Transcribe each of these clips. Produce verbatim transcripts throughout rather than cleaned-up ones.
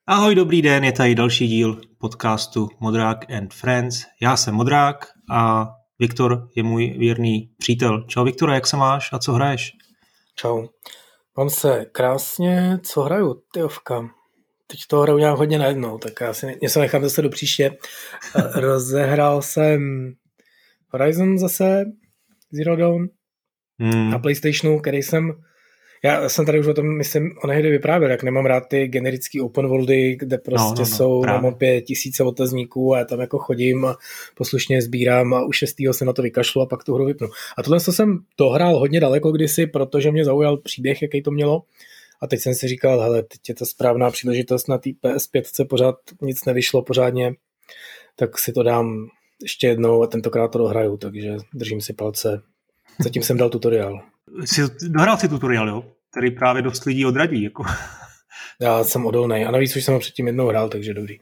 Ahoj, dobrý den, je tady další díl podcastu Modrák and Friends. Já jsem Modrák a Viktor je můj věrný přítel. Čau Viktore, jak se máš a co hraješ? Čau. Mám se krásně, co hraju, tyovka. Teď to hraju nějak hodně najednou, tak já si něco nechám zase do příště. Rozehrál jsem Horizon zase, Zero Dawn, hmm. na PlayStationu, který jsem, já jsem tady už o tom, myslím, onehdy vyprávěl, jak nemám rád ty generický open worldy, kde prostě no, no, no, jsou na mapě tisíce otazníků a já tam jako chodím a poslušně sbírám a u šestýho se na to vykašlu a pak tu hru vypnu. A tohle jsem dohrál hodně daleko kdysi, protože mě zaujal příběh, jaký to mělo. A teď jsem si říkal, hele, teď je to správná příležitost, na té P S pět pořád nic nevyšlo pořádně, tak si to dám ještě jednou a tentokrát to dohraju, takže držím si palce. Zatím jsem dal tutoriál. Jsi dohrál si tutoriál, jo? Který právě dost lidí odradí. Jako. Já jsem odolnej a navíc už jsem ho předtím jednou hrál, takže dobrý.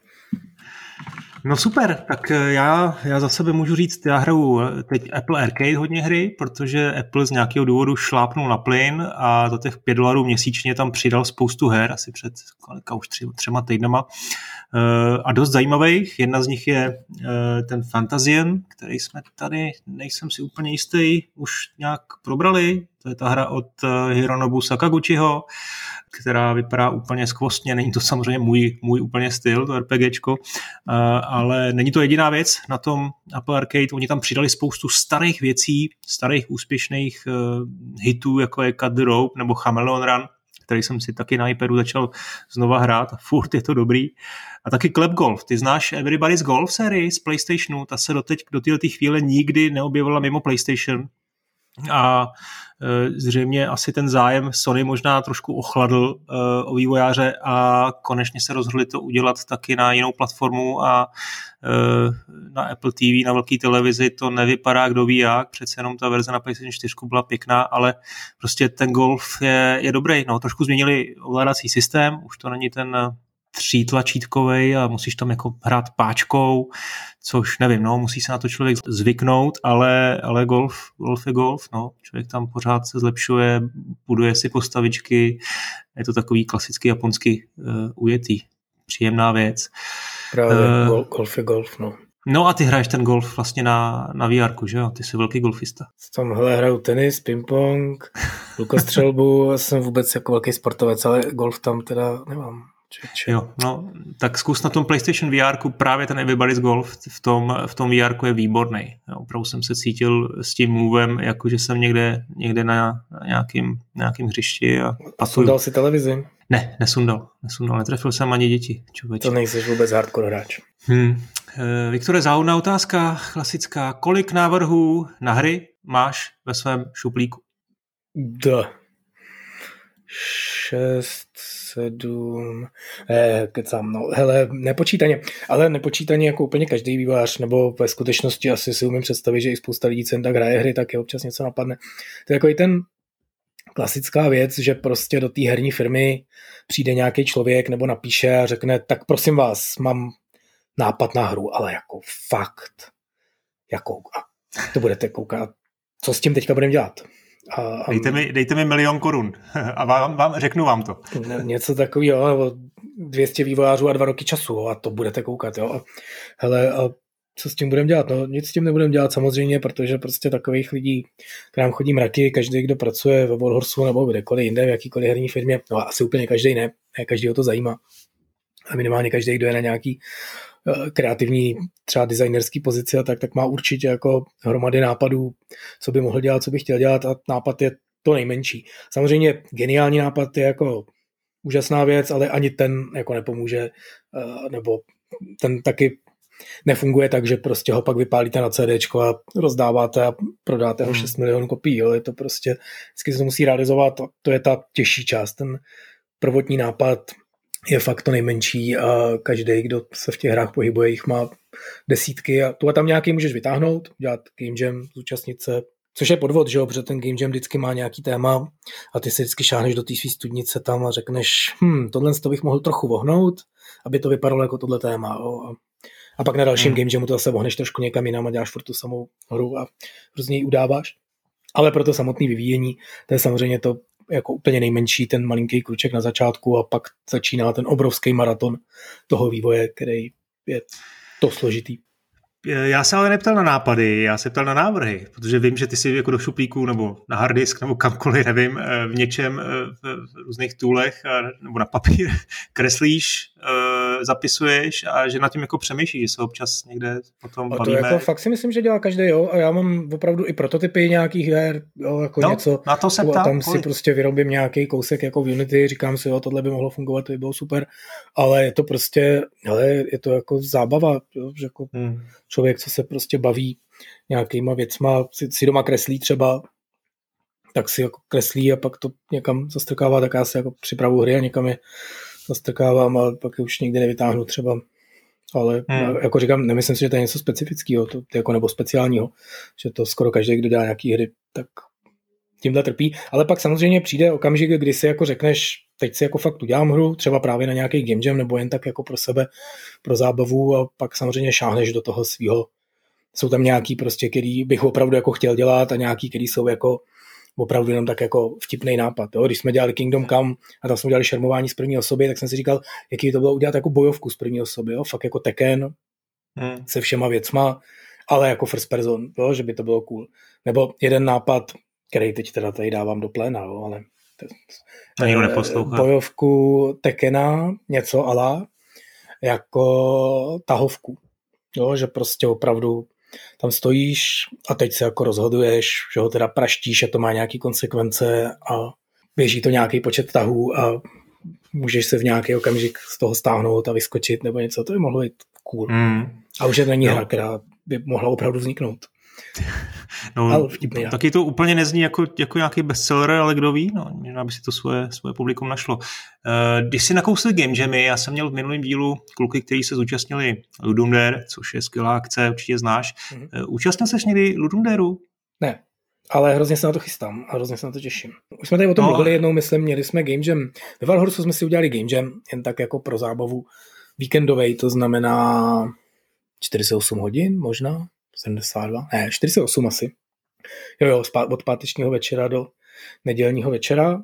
No super, tak já, já za sebe můžu říct, já hraju teď Apple Arcade hodně hry, protože Apple z nějakého důvodu šlápnul na plyn a za těch pět dolarů měsíčně tam přidal spoustu her, asi před kolika už tři, třema týdnama. A dost zajímavých. Jedna z nich je ten Fantasian, který jsme tady, nejsem si úplně jistý, už nějak probrali. To je ta hra od Hironobu Sakaguchiho, která vypadá úplně skvostně. Není to samozřejmě můj, můj úplně styl, to RPGčko, ale není to jediná věc na tom Apple Arcade. Oni tam přidali spoustu starých věcí, starých úspěšných hitů, jako je Cut the Rope nebo Chameleon Run, který jsem si taky na iPadu začal znova hrát a furt je to dobrý. A taky Club Golf. Ty znáš Everybody's Golf sérii z PlayStationu? Ta se doteď do této chvíle nikdy neobjevila mimo PlayStation. A e, zřejmě asi ten zájem Sony možná trošku ochladl e, o vývojáře a konečně se rozhodli to udělat taky na jinou platformu a e, na Apple T V, na velké televizi to nevypadá kdo ví jak, přece jenom ta verze na PlayStation čtyři byla pěkná, ale prostě ten golf je, je dobrý. No, trošku změnili ovládací systém, už to není ten třítlačítkovej a musíš tam jako hrát páčkou, což nevím, no, musí se na to člověk zvyknout, ale, ale golf, golf je golf, no, člověk tam pořád se zlepšuje, buduje si postavičky, je to takový klasický japonský uh, ujetý, příjemná věc. Právě, uh, golf je golf, no. No a ty hraješ ten golf vlastně na, na vé érku, že jo? Ty jsi velký golfista. Tam hele, hraju tenis, ping-pong, lukostřelbu, jsem vůbec jako velký sportovec, ale golf tam teda nemám. Če, če. Jo, no, tak zkus na tom PlayStation V R právě ten Everybody's Golf v tom, v tom V R je výborný. Jo, opravdu jsem se cítil s tím movem, jako že jsem někde, někde na, na nějakým, nějakým hřišti. A, a sundal si televizi? Ne, nesundal. nesundal. Netrefil jsem ani děti. Čověče. To nejsi vůbec hardcore hráč. Hmm. E, Viktore, záhodná otázka, klasická. Kolik návrhů na hry máš ve svém šuplíku? Da. Šest, sedm, eh, kecám, no, hele, nepočítaně, ale nepočítaně jako úplně každý vývojář, nebo ve skutečnosti asi si umím představit, že i spousta lidí, co jen tak hraje hry, tak je občas něco napadne. To je jako i ten klasická věc, že prostě do té herní firmy přijde nějaký člověk nebo napíše a řekne, tak prosím vás, mám nápad na hru, ale jako fakt, jako to budete koukat, co s tím teďka budeme dělat? A, a dejte, mi, dejte mi milion korun a vám, vám, řeknu vám to. Něco takového, nebo dvě stě vývojářů a dva roky času a to budete koukat. Jo. A, hele, a co s tím budeme dělat? No, nic s tím nebudeme dělat samozřejmě, protože prostě takových lidí k nám chodí mraky, každý, kdo pracuje ve Warhorsu nebo kdekoliv jinde, v jakýkoliv herní firmě, no asi úplně každý ne, ne každýho to zajímá. A minimálně každý, kdo je na nějaký kreativní třeba designerský pozici a tak, tak má určitě jako hromady nápadů, co by mohl dělat, co by chtěl dělat a nápad je to nejmenší. Samozřejmě geniální nápad je jako úžasná věc, ale ani ten jako nepomůže, nebo ten taky nefunguje tak, že prostě ho pak vypálíte na CDčko a rozdáváte a prodáte ho hmm. šest milionů kopií. Jo. Je to prostě, vždycky se to musí realizovat, to je ta těžší část, ten prvotní nápad je fakt to nejmenší a každý, kdo se v těch hrách pohybuje, jich má desítky a tu a tam nějaký můžeš vytáhnout, dělat game jam, zúčastnit se, což je podvod, že jo, protože ten game jam vždycky má nějaký téma a ty se vždycky šáhneš do té svý studnice tam a řekneš, hm, tohle to bych mohl trochu vohnout, aby to vypadalo jako tohle téma. Jo. A, a pak na dalším hmm. game jamu to zase vohneš trošku někam jinam a děláš furt tu samou hru a hrozně ji udáváš. Ale pro to samotné vyvíjení, to je samozřejmě to jako úplně nejmenší, ten malinký kruček na začátku a pak začíná ten obrovský maraton toho vývoje, který je to složitý. Já se ale neptal na nápady, já se ptal na návrhy, protože vím, že ty si jako do šuplíku nebo na hard disk nebo kamkoliv, nevím, v něčem, v různých toolech nebo na papír kreslíš, zapisuješ a že nad tím jako přemýšlíš, že se občas někde potom bavíme. To jako fakt si myslím, že dělá každý, jo, a já mám opravdu i prototypy nějakých her, jo, jako no, něco. Na to se a ptám, tam kolik? si prostě vyrobím nějaký kousek jako v Unity, říkám si, jo, tohle by mohlo fungovat, to by bylo super, ale je to prostě, hele, je to jako zábava, jo, že jako hmm. člověk, co se prostě baví nějakýma věcma, si, si doma kreslí třeba, tak si jako kreslí a pak to někam zastrkává, tak já si jako připravu hry a někam je zastrkávám, ale pak je už nikdy nevytáhnu třeba. Ale hmm. jako říkám, nemyslím si, že to je něco specifického, to, to jako nebo speciálního, že to skoro každý, kdo dá nějaký hry, tak tímhle trpí. Ale pak samozřejmě přijde okamžik, kdy si jako řekneš, teď si jako fakt udělám hru, třeba právě na nějaký game jam, nebo jen tak jako pro sebe, pro zábavu a pak samozřejmě šáhneš do toho svýho. Jsou tam nějaký prostě, který bych opravdu jako chtěl dělat a nějaký, který jsou jako opravdu jenom tak jako vtipný nápad. Jo? Když jsme dělali Kingdom Come a tam jsme dělali šermování z první osoby, tak jsem si říkal, jaký to bylo udělat jako bojovku z první osoby. Jo? Fakt jako Tekken hmm. se všema věcma, ale jako first person, jo? Že by to bylo cool. Nebo jeden nápad, který teď teda tady dávám do pléna, jo? Ale to, bojovku Tekkena, něco ala, jako tahovku. Jo? Že prostě opravdu tam stojíš a teď se jako rozhoduješ, že ho teda praštíš a to má nějaký konsekvence a běží to nějaký počet tahů a můžeš se v nějaký okamžik z toho stáhnout a vyskočit nebo něco, to by mohlo být cool. Mm. A už je to není no. hra, která by mohla opravdu vzniknout. No, taky to úplně nezní jako, jako nějaký bestseller, ale kdo ví, no, možná by si to svoje, svoje publikum našlo. Když si nakousli game jamy, já jsem měl v minulém dílu kluky, kteří se zúčastnili Ludum Dare, což je skvělá akce, určitě znáš. Mm-hmm. Účastnil ses někdy Ludum Dareu? Ne, ale hrozně se na to chystám a hrozně se na to těším. Už jsme tady o tom no. mluvili jednou, myslím, měli jsme game jam. Ve Valhorsu jsme si udělali game jam, jen tak jako pro zábavu víkendovej, to znamená čtyřicet osm hodin možná, sedmdesát dva, ne, čtyřicet osm asi. Jo, jo, od pátečního večera do nedělního večera.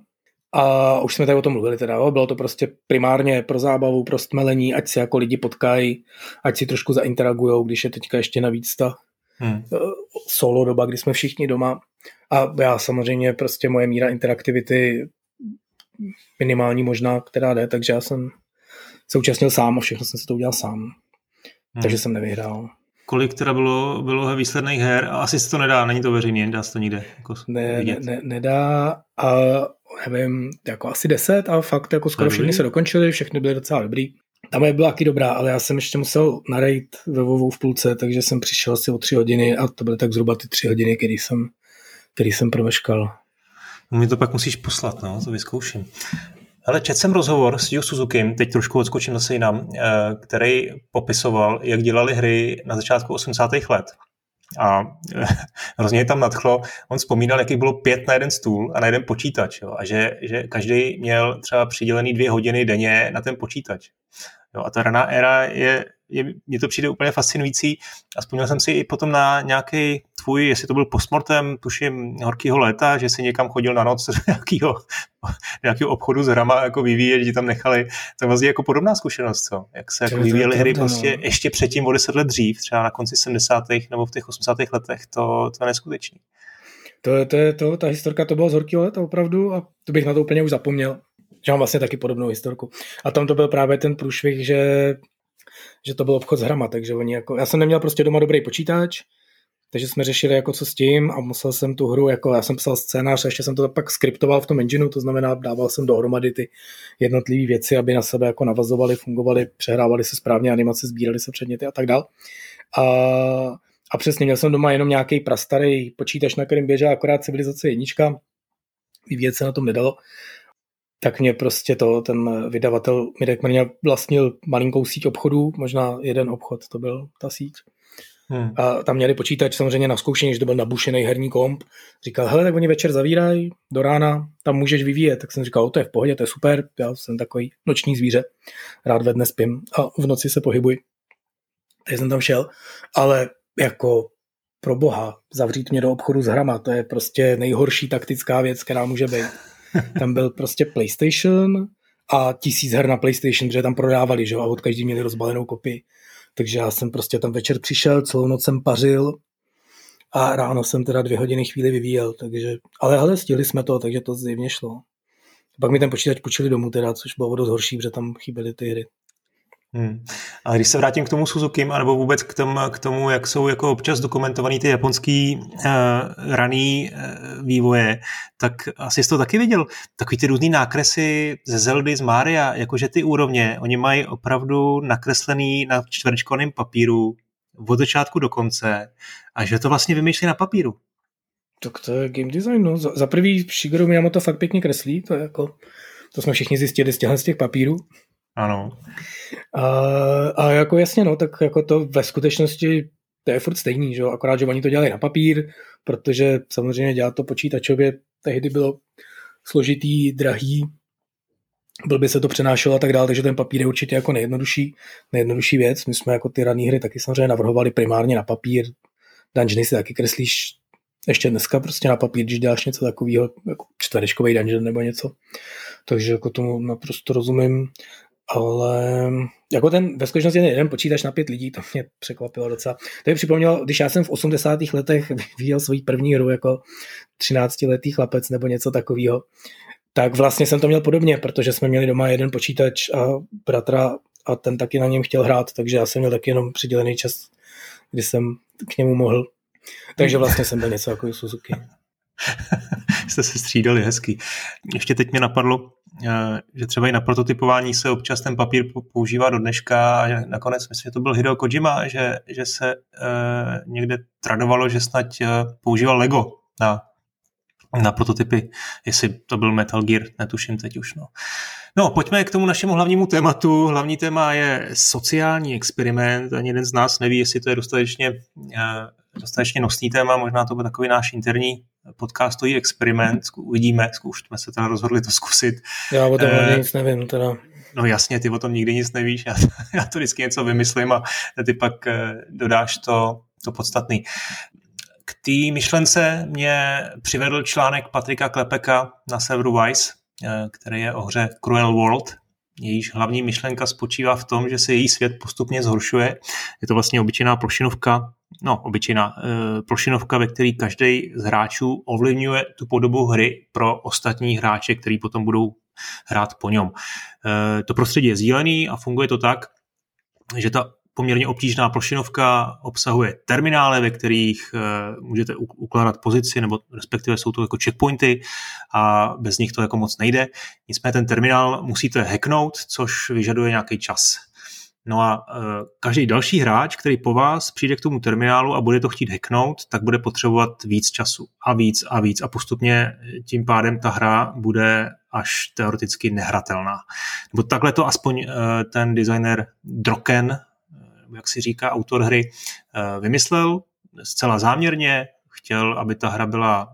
A už jsme tady o tom mluvili teda, jo. Bylo to prostě primárně pro zábavu, pro stmelení, ať se jako lidi potkají, ať si trošku zainteragujou, když je teďka ještě navíc ta hmm. solo doba, kdy jsme všichni doma. A já samozřejmě prostě moje míra interaktivity minimální možná, která jde, takže já jsem se účastnil sám a všechno jsem si to udělal sám. Hmm. Takže jsem nevyhrál. Kolik teda bylo, bylo výsledných her? A asi se to nedá, není to veřejně, nedá se to nikde jako ne, ne, ne, nedá a nevím, jako asi deset a fakt jako skoro všechny se dokončily, všechny byly docela dobrý. Ta moje byla taky dobrá, ale já jsem ještě musel narejt ve WoWu v půlce, takže jsem přišel asi o tři hodiny a to byly tak zhruba ty tři hodiny, který jsem, který jsem promeškal. No mi to pak musíš poslat, no, to vyzkouším. Ale četl jsem rozhovor s Yu Suzukim, teď trošku odskočím zase jinam, který popisoval, jak dělali hry na začátku osmdesátých let. A hrozně tam nadchlo. On vzpomínal, jaký bylo pět na jeden stůl a na jeden počítač. Jo? A že, že každý měl třeba přidělený dvě hodiny denně na ten počítač. Jo? A ta raná éra je, je, mně to přijde úplně fascinující. A vzpomněl jsem si i potom na nějaký tvůj, jestli to byl postmortem, tuším, horkýho léta, že si někam chodil na noc do nějakého, nějakého obchodu s hrama jako vyvíjet, že tam nechali. To je vlastně jako podobná zkušenost, co? Jak se jako vyvíjely hry prostě no. ještě předtím o deset let dřív, třeba na konci sedmdesátých nebo v těch osmdesátých letech, to, to je neskutečný. To, to je to, ta historka to bylo z horkýho léta opravdu a to bych na to úplně už zapomněl. Že mám vlastně taky podobnou historku. A tam to byl právě ten průšvih, že, že to byl obchod s hrama, takže oni jako, já jsem neměl prostě doma dobrý počítač, takže jsme řešili jako co s tím a musel jsem tu hru, jako já jsem psal scénář a ještě jsem to pak skriptoval v tom engineu, to znamená dával jsem dohromady ty jednotlivé věci, aby na sebe jako navazovaly, fungovaly, přehrávaly se správně animace, sbíraly se předměty a tak dál. A, a přesně měl jsem doma jenom nějaký prastarý počítač, na kterým běžela akorát civilizace jednička, vyvíjet se na tom nedalo. Tak mě prostě to, ten vydavatel Midek Mrňa vlastnil malinkou síť obchodů, možná jeden obchod, to byl ta síť. Hmm. A tam měli počítač samozřejmě na zkoušení, že to byl nabušený herní komp. Říkal, hele, tak oni večer zavírají, do rána tam můžeš vyvíjet. Tak jsem říkal, to je v pohodě, to je super, já jsem takový noční zvíře, rád ve dne spím a v noci se pohybuji. Takže jsem tam šel, ale jako pro boha, zavřít mě do obchodu s hrama, to je prostě nejhorší taktická věc, která může být. Tam byl prostě PlayStation a tisíc her na PlayStation, protože tam prodávali, že jo, a od každý měli rozbalenou kopii. Takže já jsem prostě tam večer přišel, celou noc jsem pařil a ráno jsem teda dvě hodiny chvíli vyvíjel, takže, ale hele, stihli jsme to, takže to zjevně šlo. Pak mi ten počítač počili domů teda, což bylo dost horší, protože tam chyběly ty hry. Hmm. A když se vrátím k tomu Suzuki, anebo vůbec k tomu, k tomu, jak jsou jako občas dokumentovaný ty japonský uh, raný uh, vývoje, tak asi jsi to taky viděl. Takový ty různý nákresy ze Zeldy, z Mária, jakože ty úrovně, oni mají opravdu nakreslený na čtverečkovém papíru od začátku do konce a že to vlastně vymýšlí na papíru. Tak to je game design, no. Za, za prvý Shigeru Miyamoto to fakt pěkně kreslí, to je jako, to jsme všichni zjistili z těchhle z těch papírů. Ano. A, a jako jasně, no, tak jako to ve skutečnosti to je furt stejný, že jo, akorát, že oni to dělali na papír, protože samozřejmě dělat to počítačově tehdy bylo složitý, drahý, blbě se to přenášelo a tak dále, takže ten papír je určitě jako nejjednodušší, nejjednodušší věc. My jsme jako ty rané hry taky samozřejmě navrhovali primárně na papír, dungeony si taky kreslíš ještě dneska prostě na papír, když děláš něco takového, jako čtverečkový dungeon nebo něco, takže jako tomu naprosto rozumím. Ale jako ten ve skutečnosti jeden počítač na pět lidí, to mě překvapilo docela. To mi připomnělo, když já jsem v osmdesátých letech vyvíjel svou první hru jako třináctiletý chlapec nebo něco takového, tak vlastně jsem to měl podobně, protože jsme měli doma jeden počítač a bratra a ten taky na něm chtěl hrát, takže já jsem měl taky jenom přidělený čas, kdy jsem k němu mohl. Takže vlastně jsem byl něco jako Suzuki. Jste se střídali, hezký. Ještě teď mě napadlo, že třeba i na prototypování se občas ten papír používá do dneška a nakonec myslím, že to byl Hideo Kojima, že, že se eh, někde tradovalo, že snad eh, používal Lego na, na prototypy, jestli to byl Metal Gear, netuším teď už. No. No, pojďme k tomu našemu hlavnímu tématu. Hlavní téma je sociální experiment. Ani jeden z nás neví, jestli to je dostatečně, eh, dostatečně nosný téma, možná to bude takový náš interní podcastový experiment, uvidíme, už jsme se teda rozhodli to zkusit. Já o tom uh, nic nevím teda. No jasně, ty o tom nikdy nic nevíš, já, já to vždycky něco vymyslím a ty pak uh, dodáš to, to podstatný. K té myšlence mě přivedl článek Patrika Klepeka na serveru Vice, uh, který je o hře Cruel World. Jejíž hlavní myšlenka spočívá v tom, že se její svět postupně zhoršuje. Je to vlastně obyčejná plošinovka, no obyčejná e, plošinovka, ve které každý z hráčů ovlivňuje tu podobu hry pro ostatní hráče, který potom budou hrát po něm. E, to prostředí je sdílený a funguje to tak, že ta poměrně obtížná plošinovka obsahuje terminály, ve kterých e, můžete ukládat pozici, nebo respektive jsou to jako checkpointy a bez nich to jako moc nejde. Nicméně ten terminál musíte hacknout, což vyžaduje nějaký čas. No a e, každý další hráč, který po vás přijde k tomu terminálu a bude to chtít hacknout, tak bude potřebovat víc času a víc a víc a postupně tím pádem ta hra bude až teoreticky nehratelná. Nebo takhle to aspoň e, ten designer Droken, jak si říká autor hry, vymyslel zcela záměrně, chtěl, aby ta hra byla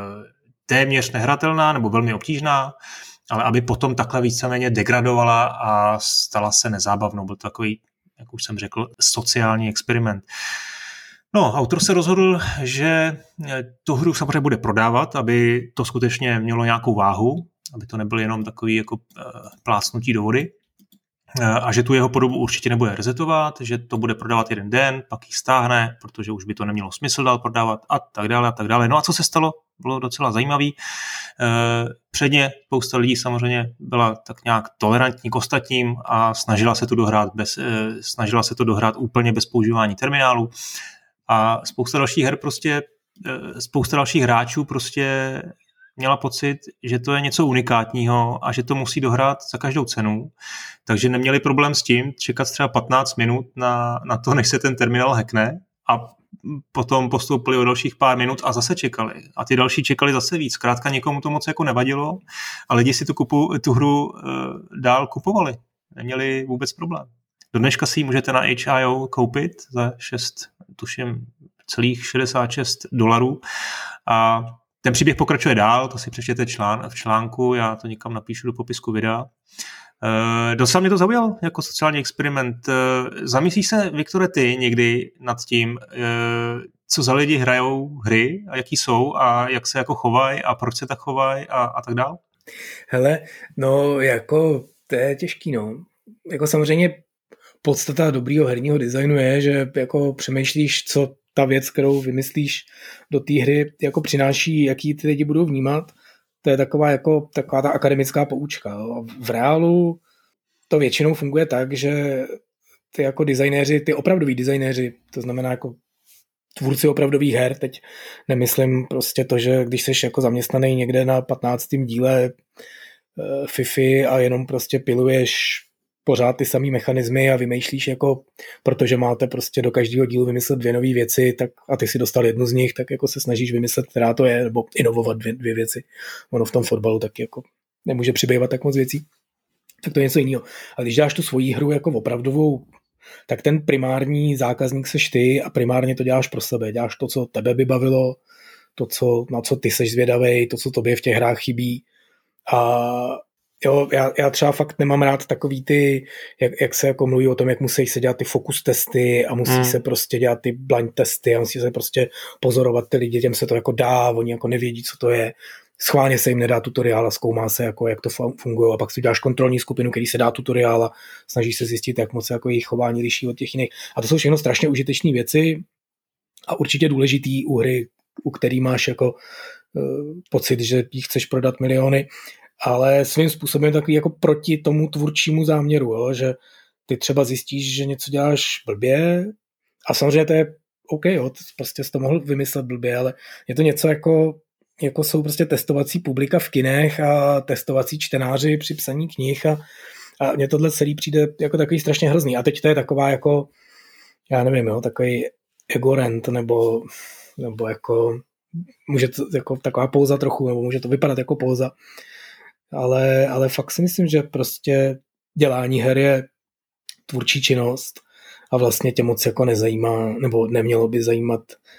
téměř nehratelná nebo velmi obtížná, ale aby potom takhle víceméně degradovala a stala se nezábavnou. Byl to takový, jak už jsem řekl, sociální experiment. No, autor se rozhodl, že tu hru samozřejmě bude prodávat, aby to skutečně mělo nějakou váhu, aby to nebyl jenom takový jako plácnutí do vody. A že tu jeho podobu určitě nebude resetovat, že to bude prodávat jeden den, pak ji stáhne, protože už by to nemělo smysl dál prodávat a tak dále a tak dále. No a co se stalo? Bylo docela zajímavý. Předně spousta lidí samozřejmě byla tak nějak tolerantní k ostatním a snažila se to dohrát, bez, snažila se to dohrát úplně bez používání terminálu. A spousta dalších her prostě, spousta dalších hráčů prostě měla pocit, že to je něco unikátního a že to musí dohrát za každou cenu. Takže neměli problém s tím čekat třeba patnáct minut na, na to, než se ten terminál hackne a potom postoupili o dalších pár minut a zase čekali. A ty další čekali zase víc. Zkrátka někomu to moc jako nevadilo a lidi si tu, kupu, tu hru uh, dál kupovali. Neměli vůbec problém. Do dneška si ji můžete na H I O koupit za šest, tuším, celých šedesát šest dolarů a ten příběh pokračuje dál, to si přečtěte člán, v článku, já to někam napíšu do popisku videa. E, docela mě to zaujalo jako sociální experiment. E, zamyslíš se, Viktore, ty někdy nad tím, e, co za lidi hrajou hry a jaký jsou a jak se jako chovají a proč se tak chovají a, a tak dál? Hele, no jako to je těžký, no. Jako samozřejmě podstata dobrýho herního designu je, že jako přemýšlíš, co ta věc, kterou vymyslíš do té hry, jako přináší, jaký ty lidi budou vnímat. To je taková jako taková ta akademická poučka. Jo. V reálu to většinou funguje tak, že ty jako designéři, ty opravdoví designéři, to znamená jako tvůrci opravdových her, teď nemyslím prostě to, že když jsi jako zaměstnaný někde na patnáctém díle uh, FIFA a jenom prostě piluješ pořád ty samý mechanismy a vymýšlíš jako, protože máte prostě do každého dílu vymyslet dvě nové věci, tak a ty si dostal jednu z nich, tak jako se snažíš vymyslet, která to je, nebo inovovat dvě, dvě věci. Ono v tom fotbalu tak jako nemůže přibývat tak moc věcí. Tak to je něco jiného. A když dáš tu svoji hru jako opravdovou, tak ten primární zákazník seš ty a primárně to děláš pro sebe. Děláš to, co tebe by bavilo, to, co, na co ty seš zvědavej, to, co tobě v těch hrách chybí. A jo, já, já třeba fakt nemám rád takový ty, jak, jak se jako mluví o tom, jak musí se dělat ty focus testy a musí hmm. se prostě dělat ty blind testy a musí se prostě pozorovat ty lidi, těm se to jako dá, oni jako nevědí, co to je. Schválně se jim nedá tutoriál a zkoumá se, jako, jak to funguje a pak si děláš kontrolní skupinu, který se dá tutoriál a snažíš se zjistit, jak moc jako jejich chování liší od těch jiných. A to jsou všechno strašně užitečné věci a určitě důležitý u hry, u který máš jako uh, pocit, že jí chceš prodat miliony, ale svým způsobem takový jako proti tomu tvůrčímu záměru, jo? Že ty třeba zjistíš, že něco děláš blbě a samozřejmě to je OK, jo, prostě jsi to mohl vymyslet blbě, ale je to něco jako jako jsou prostě testovací publika v kinech a testovací čtenáři při psaní knih a, a mně tohle celý přijde jako takový strašně hrozný. A teď to je taková jako, já nevím, jo, takový egorent nebo, nebo jako může to jako taková pouza trochu, nebo může to vypadat jako pouza, ale, ale fakt si myslím, že prostě dělání her je tvůrčí činnost a vlastně tě moc jako nezajímá, nebo nemělo by zajímat,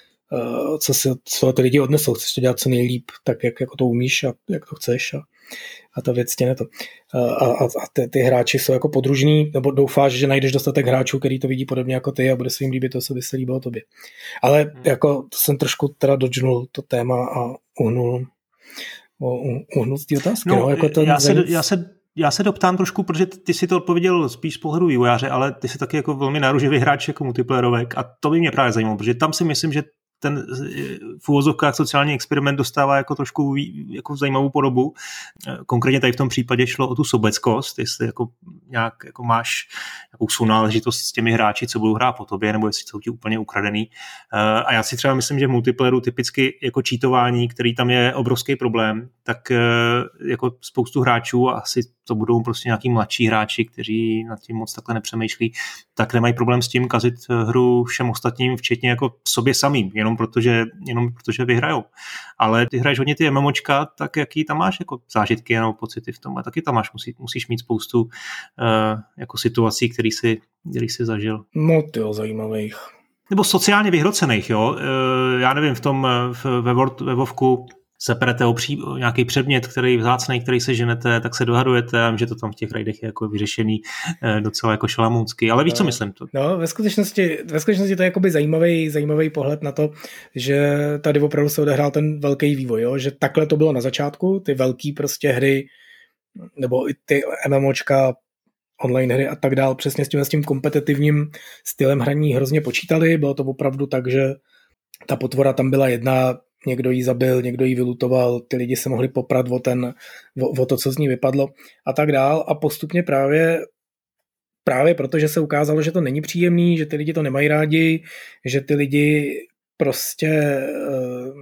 co, si, co ty lidi odnesou. Chceš to dělat co nejlíp, tak jak jako to umíš a jak to chceš a, a ta věc tě ne to. A, a, a ty, ty hráči jsou jako podružní, nebo doufáš, že najdeš dostatek hráčů, který to vidí podobně jako ty a bude se jim líbit to, co by se líbilo tobě. Ale hmm. jako to jsem trošku teda dodžnul to téma a uhnul, uhnul z té otázky. No, no, jako ten já, se, já se Já se doptám trošku, protože ty si to odpověděl spíš z pohledu vývojáře, ale ty jsi taky jako velmi náruživý hráč jako multiplayerovek a to by mě právě zajímalo, protože tam si myslím, že ten v uvozovkách sociální experiment dostává jako trošku jako zajímavou podobu. Konkrétně tady v tom případě šlo o tu sobeckost, jestli jako nějak jako máš nějakou sounáležitost s těmi hráči, co budou hrát po tobě, nebo jestli jsou ti úplně ukradený. A já si třeba myslím, že v multiplayeru typicky jako cheatování, který tam je obrovský problém, tak jako spoustu hráčů, asi to budou prostě nějaký mladší hráči, kteří nad tím moc takhle nepřemýšlí, tak nemají problém s tím kazit hru všem ostatním, včetně jako sobě samým, jenom protože, jenom protože vyhrajou. Ale ty hraješ hodně ty MMOčka, tak jaký tam máš jako zážitky nebo pocity v tom? A taky tam máš, musí, musíš mít spoustu uh, jako situací, který jsi, který jsi zažil. No tyjo, zajímavých. Nebo sociálně vyhrocených, jo. Uh, já nevím, v tom v, ve, Word, ve Vovku seperete o pří, nějaký předmět, který vzácnej, který se ženete, tak se dohadujete a že to tam v těch rajdech je jako vyřešený eh, docela jako šalamounsky. Ale víš, no, co myslím? To? No, ve skutečnosti, ve skutečnosti to je jakoby zajímavý, zajímavý pohled na to, že tady opravdu se odehrál ten velký vývoj, jo? Že takhle to bylo na začátku, ty velký prostě hry, nebo i ty MMOčka, online hry a tak dál, přesně s tím, s tím kompetitivním stylem hraní hrozně počítali. Bylo to opravdu tak, že ta potvora tam byla jedna, někdo jí zabil, někdo jí vylutoval, ty lidi se mohli poprat o, ten, o, o to, co z ní vypadlo a tak dál a postupně právě právě proto, že se ukázalo, že to není příjemný, že ty lidi to nemají rádi, že ty lidi prostě uh,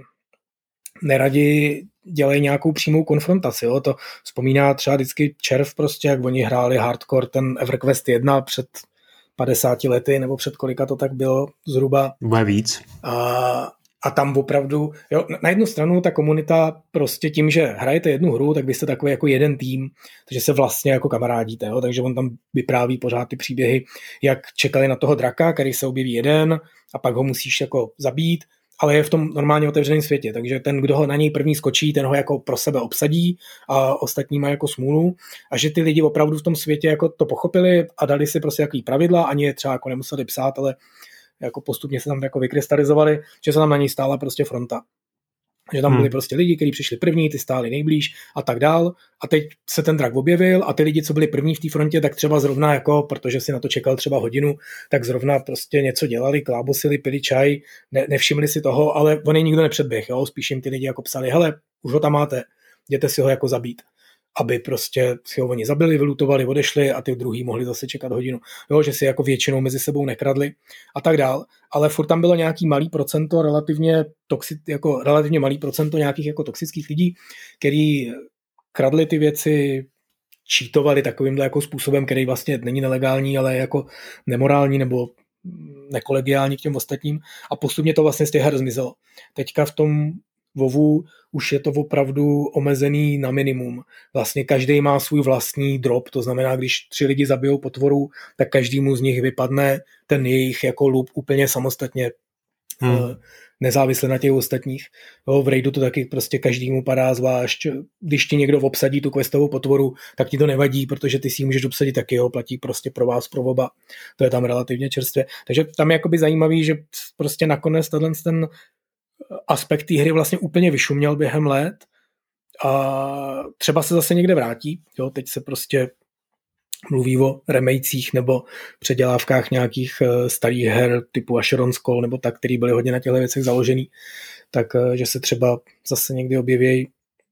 neradi dělají nějakou přímou konfrontaci. Jo? To vzpomíná třeba vždycky Červ prostě, jak oni hráli hardcore ten EverQuest jedna před padesáti lety, nebo před kolika to tak bylo zhruba. Bude víc. A A tam opravdu, jo, na jednu stranu ta komunita prostě tím, že hrajete jednu hru, tak vy jste takový jako jeden tým, takže se vlastně jako kamarádíte, jo, takže on tam vypráví pořád ty příběhy, jak čekali na toho draka, který se objeví jeden a pak ho musíš jako zabít, ale je v tom normálně otevřeném světě, takže ten, kdo ho na něj první skočí, ten ho jako pro sebe obsadí a ostatní má jako smůlu a že ty lidi opravdu v tom světě jako to pochopili a dali si prostě jaký pravidla, ani je třeba jako nemuseli psát, ale jako postupně se tam jako vykrystalizovali, že se tam na něj stála prostě fronta. Že tam byli hmm. prostě lidi, kteří přišli první, ty stáli nejblíž a tak dál. A teď se ten drak objevil a ty lidi, co byli první v té frontě, tak třeba zrovna jako, protože si na to čekal třeba hodinu, tak zrovna prostě něco dělali, klábosili, pili čaj, ne, nevšimli si toho, ale on je nikdo nepředběh, jo? Spíš jim ty lidi jako psali, hele, už ho tam máte, jděte si ho jako zabít. Aby prostě si ho oni zabili, vylutovali, odešli a ty druhý mohli zase čekat hodinu. Jo, že si jako většinou mezi sebou nekradli a tak dál. Ale furt tam bylo nějaký malý procento, relativně, toxi, jako relativně malý procento nějakých jako toxických lidí, který kradli ty věci, čítovali takovýmhle jako způsobem, který vlastně není nelegální, ale je jako nemorální nebo nekolegiální k těm ostatním a postupně to vlastně z těch her zmizelo. Teďka v tom WoWu už je to opravdu omezený na minimum. Vlastně každý má svůj vlastní drop, to znamená, když tři lidi zabijou potvoru, tak každému z nich vypadne ten jejich jako loop úplně samostatně, hmm. nezávisle na těch ostatních. Jo, v raidu to taky prostě každému padá zvlášť. Když ti někdo obsadí tu questovou potvoru, tak ti to nevadí, protože ty si ji můžeš obsadit taky, jo, platí prostě pro vás, pro oba. To je tam relativně čerstvě. Takže tam je jakoby zajímavý, že prostě nakonec tenhle ten aspekt té hry vlastně úplně vyšuměl během let a třeba se zase někde vrátí. Jo, teď se prostě mluví o remakecích nebo předělávkách nějakých starých her typu Asheron's Call nebo tak, který byly hodně na těchto věcech založený, tak že se třeba zase někdy objeví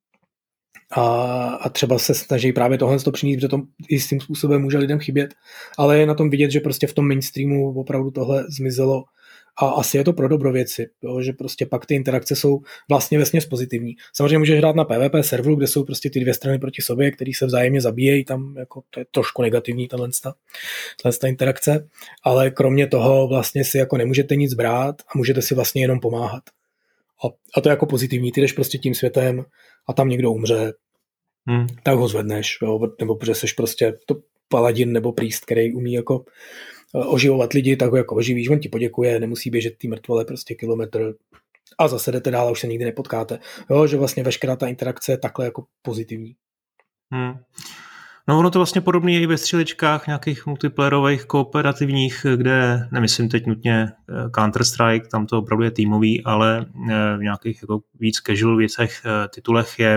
a, a třeba se snaží právě tohle to přinést, protože to jistým způsobem může lidem chybět, ale je na tom vidět, že prostě v tom mainstreamu opravdu tohle zmizelo. A asi je to pro dobro věci, jo, že prostě pak ty interakce jsou vlastně vesměs pozitivní. Samozřejmě můžeš hrát na PvP serveru, kde jsou prostě ty dvě strany proti sobě, který se vzájemně zabíjejí, tam jako to je trošku negativní tahle ta interakce, ale kromě toho vlastně si jako nemůžete nic brát a můžete si vlastně jenom pomáhat. A, a to je jako pozitivní, ty jdeš prostě tím světem a tam někdo umře, hmm. tak ho zvedneš, jo, nebo protože seš prostě to paladin nebo príst, který umí jako oživovat lidi, tak ho jako oživíš, on ti poděkuje, nemusí běžet ty mrtvole prostě kilometr a zase jdete dál a už se nikdy nepotkáte. Jo, že vlastně veškerá ta interakce je takhle jako pozitivní. Hmm. No ono to vlastně podobné je i ve střílečkách nějakých multiplayerových, kooperativních, kde nemyslím teď nutně Counter-Strike, tam to opravdu je týmový, ale v nějakých jako víc casual věcech, titulech je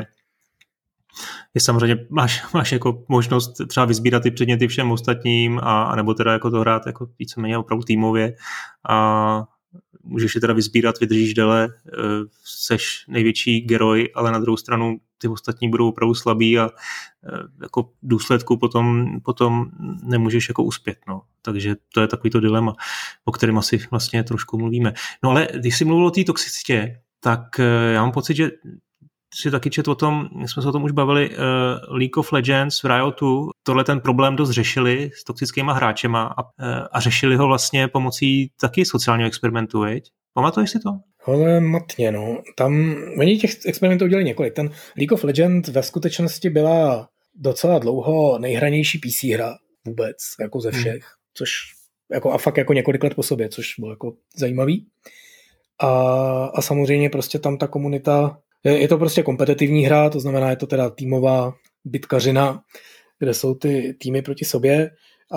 je samozřejmě, máš, máš jako možnost třeba vyzbírat ty předměty všem ostatním a, a nebo teda jako to hrát jako víceméně opravdu týmově a můžeš je teda vyzbírat, vydržíš déle, seš největší geroj, ale na druhou stranu ty ostatní budou opravdu slabí a jako důsledku potom, potom nemůžeš jako uspět. No. Takže to je takový to dilema, o kterém asi vlastně trošku mluvíme. No ale když jsi mluvil o té toxicitě, tak já mám pocit, že si taky čet o tom, jsme se o tom už bavili, uh, League of Legends v Riotu, tohle ten problém dost řešili s toxickýma hráčema a, uh, a řešili ho vlastně pomocí taky sociálního experimentu, viď? Pamatuješ si to? Ale matně, no. Tam, oni těch experimentů udělali několik. Ten League of Legends ve skutečnosti byla docela dlouho nejhranější P C hra vůbec, jako ze všech, hmm. což jako a fakt jako několik let po sobě, což bylo jako zajímavý. A, a samozřejmě prostě tam ta komunita je to prostě kompetitivní hra, to znamená, je to teda týmová bitkařina, kde jsou ty týmy proti sobě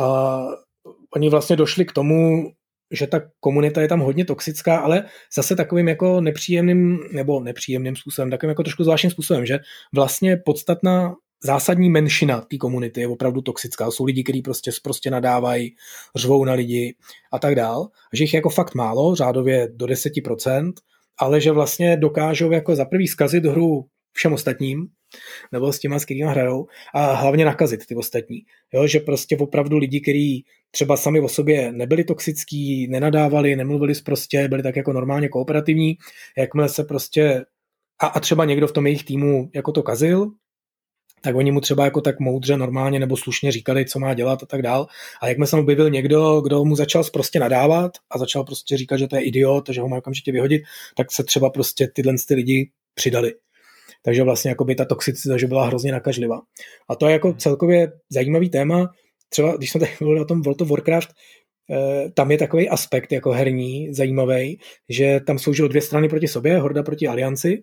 a oni vlastně došli k tomu, že ta komunita je tam hodně toxická, ale zase takovým jako nepříjemným, nebo nepříjemným způsobem, takovým jako trošku zvláštním způsobem, že vlastně podstatná zásadní menšina té komunity je opravdu toxická. Jsou lidi, kteří prostě prostě nadávají, řvou na lidi a tak dál. Že jich je jako fakt málo, řádově do deset procent, ale že vlastně dokážou jako za prvý zkazit hru všem ostatním, nebo s těma, s kterýma hrajou, a hlavně nakazit ty ostatní. Jo, že prostě opravdu lidi, kteří třeba sami o sobě nebyli toxický, nenadávali, nemluvili prostě, byli tak jako normálně kooperativní, jakmile se prostě, a, a třeba někdo v tom jejich týmu jako to kazil, tak oni mu třeba jako tak moudře, normálně nebo slušně říkali, co má dělat a tak dál. A jakmile se mu objevil někdo, kdo mu začal prostě nadávat a začal prostě říkat, že to je idiot, že ho má okamžitě vyhodit, tak se třeba prostě tyhle ty lidi přidali. Takže vlastně jako by ta toxicita, že byla hrozně nakažlivá. A to je jako celkově zajímavý téma. Třeba, když jsme tady mluvili o tom World of Warcraft, eh, tam je takový aspekt jako herní, zajímavý, že tam jsou dvě strany proti sobě, Horda proti Alianci,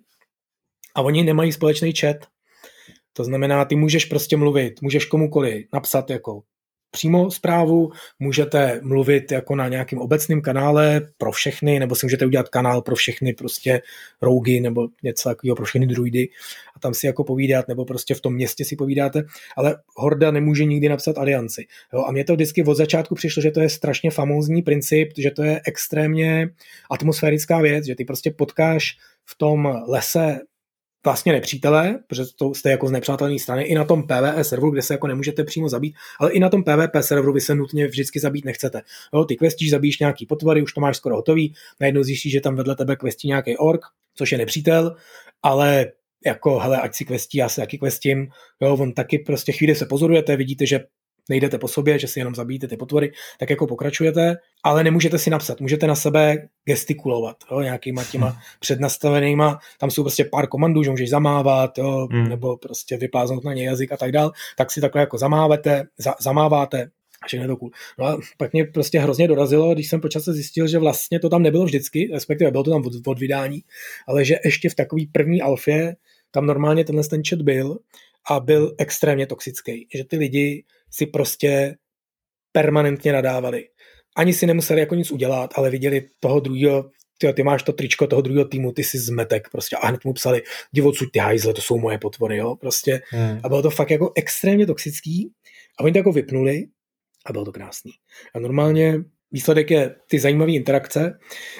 a oni nemají společný chat. To znamená, ty můžeš prostě mluvit, můžeš komukoliv napsat jako přímo zprávu, můžete mluvit jako na nějakým obecném kanále pro všechny, nebo si můžete udělat kanál pro všechny prostě rougy nebo něco takového pro všechny druidy a tam si jako povídat, nebo prostě v tom městě si povídáte, ale Horda nemůže nikdy napsat alianci. Jo? A mně to vždycky od začátku přišlo, že to je strašně famózní princip, že to je extrémně atmosférická věc, že ty prostě potkáš v tom lese vlastně nepřítele, protože to jste jako z nepřátelné strany, i na tom PvE serveru, kde se jako nemůžete přímo zabít, ale i na tom PvP serveru vy se nutně vždycky zabít nechcete. Jo, ty questíš, zabíjíš nějaký potvory, už to máš skoro hotový, najednou zjistíš, že tam vedle tebe questí nějaký ork, což je nepřítel, ale jako, hele, ať si questí, já se taky questím, jo, on taky prostě chvíli se pozorujete, vidíte, že nejdete po sobě, že si jenom zabíjíte ty potvory, tak jako pokračujete, ale nemůžete si napsat, můžete na sebe gestikulovat, jo, nějakýma těma hmm. přednastavenýma, tam jsou prostě pár komandů, že můžeš zamávat, jo, hmm. nebo prostě vypláznout na ně jazyk a tak dál, tak si takhle jako zamávete, za, zamáváte, všechno je to cool. No a pak mě prostě hrozně dorazilo, když jsem po čase zjistil, že vlastně to tam nebylo vždycky, respektive bylo to tam od, od vydání, ale že ještě v takový první alfě tam normálně tenhle ten chat byl a byl extrémně toxický, že ty lidi si prostě permanentně nadávali. Ani si nemuseli jako nic udělat, ale viděli toho druhého, ty, ty máš to tričko toho druhého týmu, ty si zmetek prostě a hned mu psali, jdi odsud ty hajzle, to jsou moje potvory, jo, prostě. Hmm. A bylo to fakt jako extrémně toxický a oni to jako vypnuli a bylo to krásný. A normálně výsledek je ty zajímavé interakce,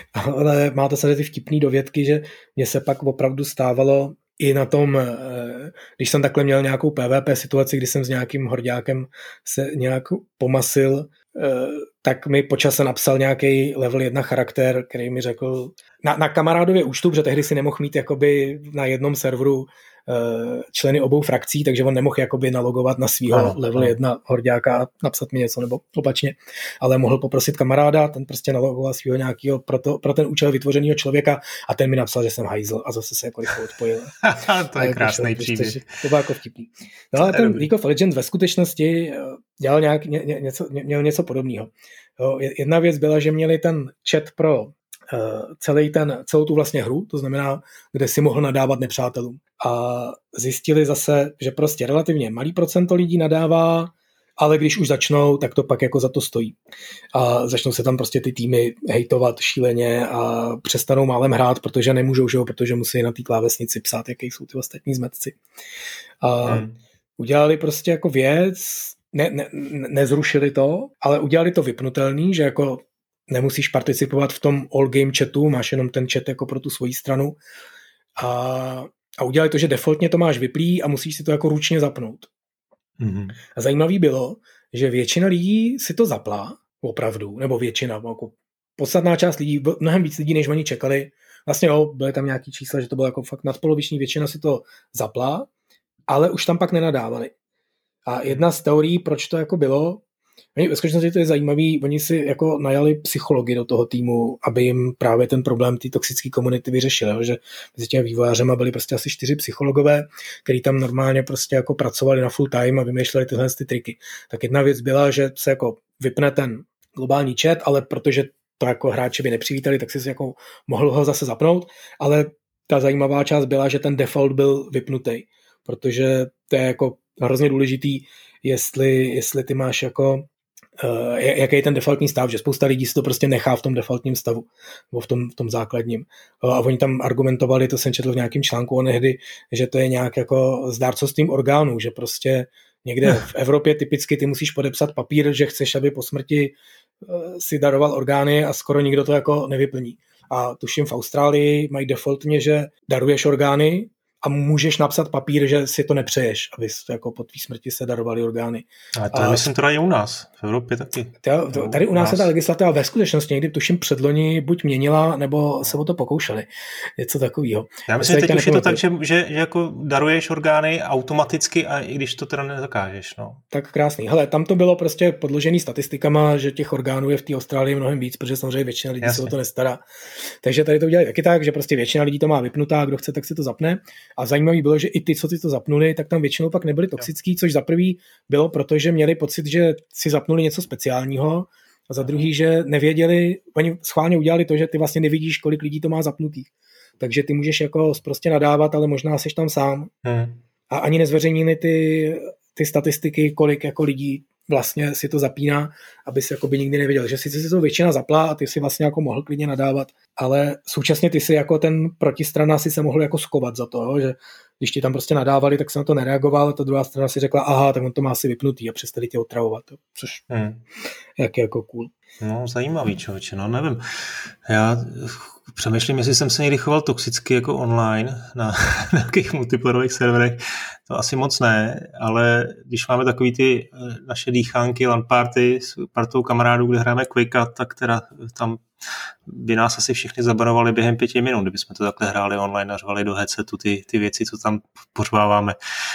ale má to samozřejmě ty vtipný dovědky, že mně se pak opravdu stávalo i na tom, když jsem takhle měl nějakou PvP situaci, kdy jsem s nějakým horďákem se nějak pomasil, tak mi po čase napsal nějaký level jedna charakter, který mi řekl na, na kamarádově účtu, protože tehdy si nemohl mít jakoby na jednom serveru členy obou frakcí, takže on nemohl jakoby nalogovat na svýho ano, level ano. jedna horďáka a napsat mi něco, nebo opačně, ale mohl poprosit kamaráda, ten prostě nalogoval svýho nějakého pro, to, pro ten účel vytvořeného člověka a ten mi napsal, že jsem hajzl a zase se jako rychle odpojil. To je krásný příběh. To bylo jako vtipný. No ale ten League of Legends ve skutečnosti dělal nějak, ně, ně, něco, měl něco podobného. Jedna věc byla, že měli ten chat pro celý ten, celou tu vlastně hru, to znamená, kde si mohl nadávat nepřátelům. A zjistili zase, že prostě relativně malý procento lidí nadává, ale když už začnou, tak to pak jako za to stojí. A začnou se tam prostě ty týmy hejtovat šíleně a přestanou málem hrát, protože nemůžou, že jo, protože musí na té klávesnici psát, jaký jsou ty ostatní zmetci. A hmm. udělali prostě jako věc, ne, ne, nezrušili to, ale udělali to vypnutelný, že jako nemusíš participovat v tom all game chatu, máš jenom ten chat jako pro tu svoji stranu a, a udělali to, že defaultně to máš vyplý a musíš si to jako ručně zapnout. Mm-hmm. A zajímavý bylo, že většina lidí si to zapla, opravdu, nebo většina, jako podstatná část lidí, mnohem víc lidí, než oni čekali. Vlastně jo, byly tam nějaký čísla, že to bylo jako fakt nadpoloviční, většina si to zapla, ale už tam pak nenadávali. A jedna z teorií, proč to jako bylo, oni, ve skutečnosti to je zajímavý, oni si jako najali psychologi do toho týmu, aby jim právě ten problém té toxické komunity vyřešili, že mezi těmi vývojářema byli prostě asi čtyři psychologové, kteří tam normálně prostě jako pracovali na full time a vymýšleli tyhle ty triky. Tak jedna věc byla, že se jako vypne ten globální chat, ale protože to jako hráči by nepřivítali, tak si si jako mohl ho zase zapnout, ale ta zajímavá část byla, že ten default byl vypnutý, protože to je jako hrozně důležitý, jestli, jestli ty máš jako Uh, jaký je ten defaultní stav, že spousta lidí si to prostě nechá v tom defaultním stavu, nebo v tom, v tom základním. Uh, a oni tam argumentovali, to jsem četl v nějakém článku onehdy, že to je nějak jako s dárcovstvím orgánů, že prostě někde v Evropě typicky ty musíš podepsat papír, že chceš, aby po smrti uh, si daroval orgány a skoro nikdo to jako nevyplní. A tuším v Austrálii mají defaultně, že daruješ orgány a můžeš napsat papír, že si to nepřeješ, aby jako po tvý smrti se darovaly orgány. Ale to je, a myslím, teda i u nás, v Evropě taky. Tady, tady u nás je ta legislativa ve skutečnosti někdy tuším předloni buď měnila, nebo se o to pokoušeli. Něco takového. Já myslím, že teď už je to tak, že, že, že jako daruješ orgány automaticky, a i když to teda nezakážeš. No. Tak krásný. Hele, tam to bylo prostě podložený statistikama, že těch orgánů je v té Austrálii mnohem víc, protože samozřejmě většina lidí Jasně. se o to nestará. Takže tady to udělali taky tak, že prostě většina lidí to má vypnutá, kdo chce, tak si to zapne. A zajímavý bylo, že i ty, co si to zapnuli, tak tam většinou pak nebyli toxický, což za prvý bylo, protože měli pocit, že si zapnuli něco speciálního, a za druhý, že nevěděli, oni schválně udělali to, že ty vlastně nevidíš, kolik lidí to má zapnutých. Takže ty můžeš jako prostě nadávat, ale možná seš tam sám. Hmm. A ani nezveřejnili ty, ty statistiky, kolik jako lidí vlastně si to zapíná, aby si jakoby nikdy nevěděl, že sice si to většina zapla a ty si vlastně jako mohl klidně nadávat, ale současně ty si jako ten protistrana si se mohl jako skovat za to, že když ti tam prostě nadávali, tak se na to nereagoval, a ta druhá strana si řekla, aha, tak on to má asi vypnutý a přestali tě otravovat, což hmm. jak je jako cool. No, zajímavý, člověče, no nevím. Já přemýšlím, jestli jsem se někdy choval toxicky jako online na nějakých multiplayerových serverech. To asi moc ne, ale když máme takový ty naše dýchánky, LAN party s partou kamarádů, kde hrajeme Quakea, tak teda tam by nás asi všichni zabarovali během pěti minut, kdybychom to takhle hráli online a řvali do headsetu ty, ty věci, co tam pořváváme.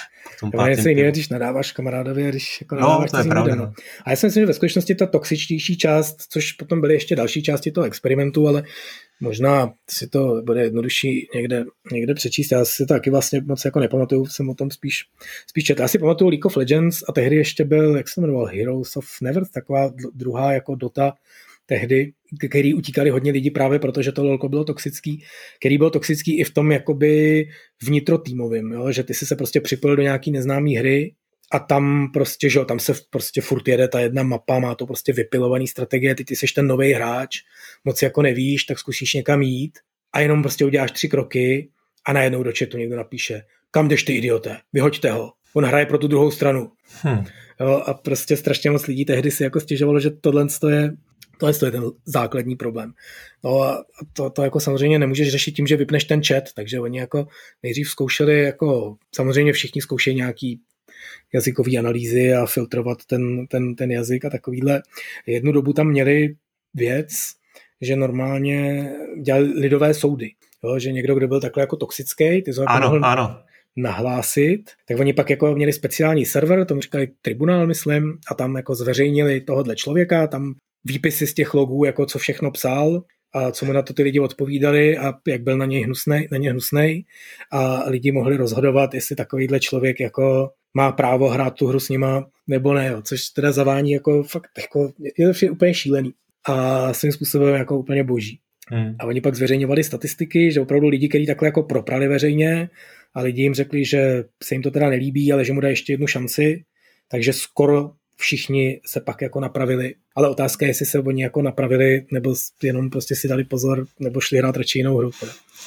To je něco jiného, když nadáváš kamarádovi, když jako nadáváš no, to je pravda, no. A já si myslím, že ve skutečnosti ta toxičtější část, což potom byly ještě další části toho experimentu, ale možná si to bude jednodušší někde, někde přečíst. Já si to taky vlastně moc jako nepamatuju, jsem o tom spíš, spíš četl. Já si pamatuju League of Legends a tehdy ještě byl, jak se jmenoval, Heroes of Never, taková druhá jako Dota tehdy, který utíkali hodně lidí právě proto, že to lolko bylo toxický, který byl toxický i v tom jakoby vnitrotýmovým, jo? Že ty si se prostě připojil do nějaký neznámý hry a tam prostě, že tam se prostě furt jede ta jedna mapa, má to prostě vypilovaný strategie, ty ty seš ten novej hráč, moc jako nevíš, tak zkusíš někam jít a jenom prostě uděláš tři kroky a najednou do chatu někdo napíše, kam jdeš ty idiote, vyhoďte ho, on hraje pro tu druhou stranu. Hmm. Jo? A prostě strašně moc lidí tehdy si jako stěžovalo, že tohle je To je ten základní problém. No a to, to jako samozřejmě nemůžeš řešit tím, že vypneš ten chat, takže oni jako nejdřív zkoušeli, jako samozřejmě všichni zkoušejí nějaký jazykový analýzy a filtrovat ten, ten, ten jazyk a takovýhle. Jednu dobu tam měli věc, že normálně dělali lidové soudy. Jo? Že někdo, kdo byl takhle jako toxický, ty jsi ho jako mohl ano. nahlásit, tak oni pak jako měli speciální server, tomu říkali tribunál, myslím, a tam jako zveřejnili tohodle člověka, tam výpisy z těch logů, jako co všechno psal a co mu na to ty lidi odpovídali a jak byl na něj hnusnej, na ně hnusnej a lidi mohli rozhodovat, jestli takovýhle člověk jako má právo hrát tu hru s nima nebo ne, jo. Což teda zavání jako fakt jako, je to úplně šílený a svým způsobem jako úplně boží. Hmm. A oni pak zveřejňovali statistiky, že opravdu lidi, kteří takhle jako proprali veřejně a lidi jim řekli, že se jim to teda nelíbí, ale že mu dá ještě jednu šanci, takže skoro všichni se pak jako napravili. Ale otázka je, jestli se oni jako napravili, nebo jenom prostě si dali pozor, nebo šli hrát radši jinou hru.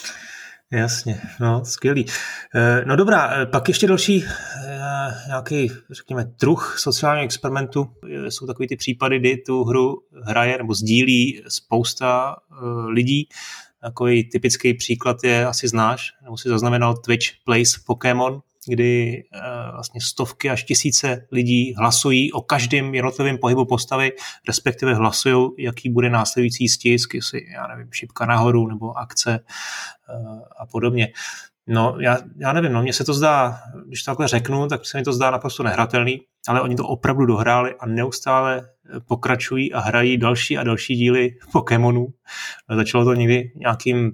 Jasně, no, skvělý. No dobrá, pak ještě další nějaký, řekněme, druh sociálního experimentu. Jsou takový ty případy, kdy tu hru hraje nebo sdílí spousta lidí. Takový typický příklad je, asi znáš, nebo si zaznamenal Twitch Plays Pokémon, kdy uh, vlastně stovky až tisíce lidí hlasují o každém jednotlivém pohybu postavy, respektive hlasují, jaký bude následující stisk, jestli, já nevím, šipka nahoru nebo akce uh, a podobně. No, já, já nevím, no, mně se to zdá, když to takhle řeknu, tak se mi to zdá naprosto nehratelný, ale oni to opravdu dohráli a neustále pokračují a hrají další a další díly Pokémonů. Začalo to někdy nějakým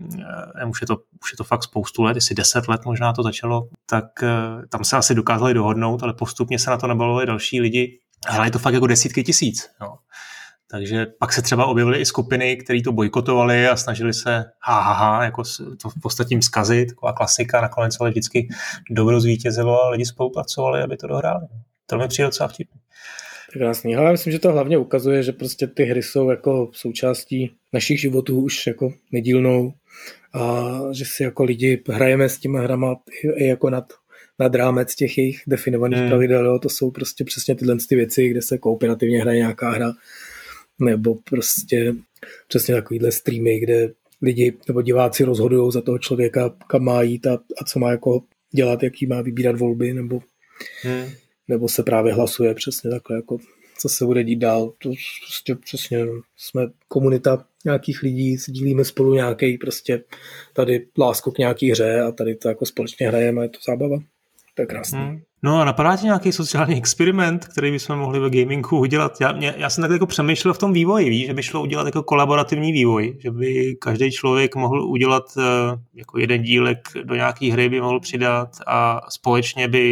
už je, to, už je to fakt spoustu let, jestli deset let možná to začalo, tak tam se asi dokázali dohodnout, ale postupně se na to nabalovali další lidi. Ale je to fakt jako desítky tisíc. No. Takže pak se třeba objevily i skupiny, které to bojkotovali a snažili se ha, ha, ha, jako to v podstatě zkazit, taková klasika, nakonec ale vždycky dobro zvítězilo a lidi spolupracovali, aby to dohráli. To mi přijde docela vtipný. Krásný. Ale myslím, že to hlavně ukazuje, že prostě ty hry jsou jako součástí našich životů už jako nedílnou a že si jako lidi hrajeme s těma hrama i jako nad, nad rámec těch jejich definovaných hmm. pravidel. Jo. To jsou prostě přesně tyhle ty věci, kde se kooperativně hraje nějaká hra nebo prostě přesně takovýhle streamy, kde lidi nebo diváci rozhodují za toho člověka, kam má jít a, a co má jako dělat, jaký má vybírat volby nebo hmm. nebo se právě hlasuje přesně takhle, jako co se bude dít dál. To prostě přesně jsme komunita nějakých lidí, sdílíme spolu nějaký prostě tady lásku k nějaký hře a tady to jako společně hrajeme, je to zábava. To je krásné. Hmm. No a napadá ti nějaký sociální experiment, který bychom mohli ve gamingu udělat? Já, mě, já jsem tak jako přemýšlel v tom vývoji, víš, že by šlo udělat jako kolaborativní vývoj, že by každý člověk mohl udělat uh, jako jeden dílek do nějaký hry by mohl přidat a společně by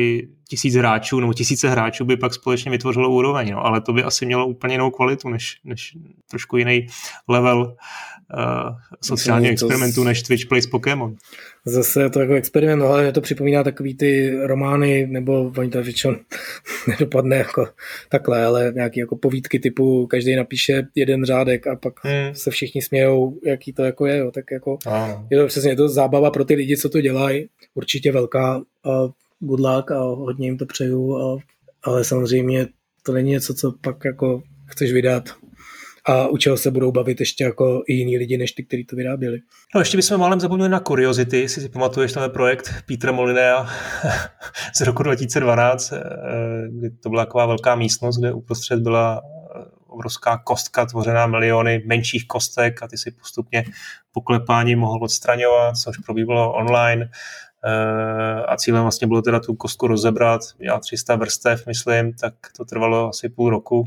tisíc hráčů nebo tisíce hráčů by pak společně vytvořilo úroveň, no, ale to by asi mělo úplně jinou kvalitu, než, než trošku jiný level uh, sociálního experimentu, než Twitch Plays Pokémon. Zase je to jako experiment, no, ale to připomíná takový ty romány, nebo oni to většinou nedopadne jako takhle, ale nějaký jako povídky typu každý napíše jeden řádek a pak hmm. se všichni smějou, jaký to jako je, jo, tak jako ah. je to přesně je to zábava pro ty lidi, co to dělají, určitě velká a good luck a hodně jim to přeju, a, ale samozřejmě to není něco, co pak jako chceš vydat a u čeho se budou bavit ještě jako i jiní lidi, než ty, kteří to vyráběli. No ještě bychom málem zapomněli na Curiosity, jestli si pamatuješ ten projekt Petra Molinea z roku dva tisíce dvanáct, kdy to byla taková velká místnost, kde uprostřed byla obrovská kostka tvořená miliony menších kostek a ty si postupně poklepání mohl odstraňovat, což probíhalo online. A cílem vlastně bylo teda tu kostku rozebrat, měla tři sta vrstev, myslím, tak to trvalo asi půl roku.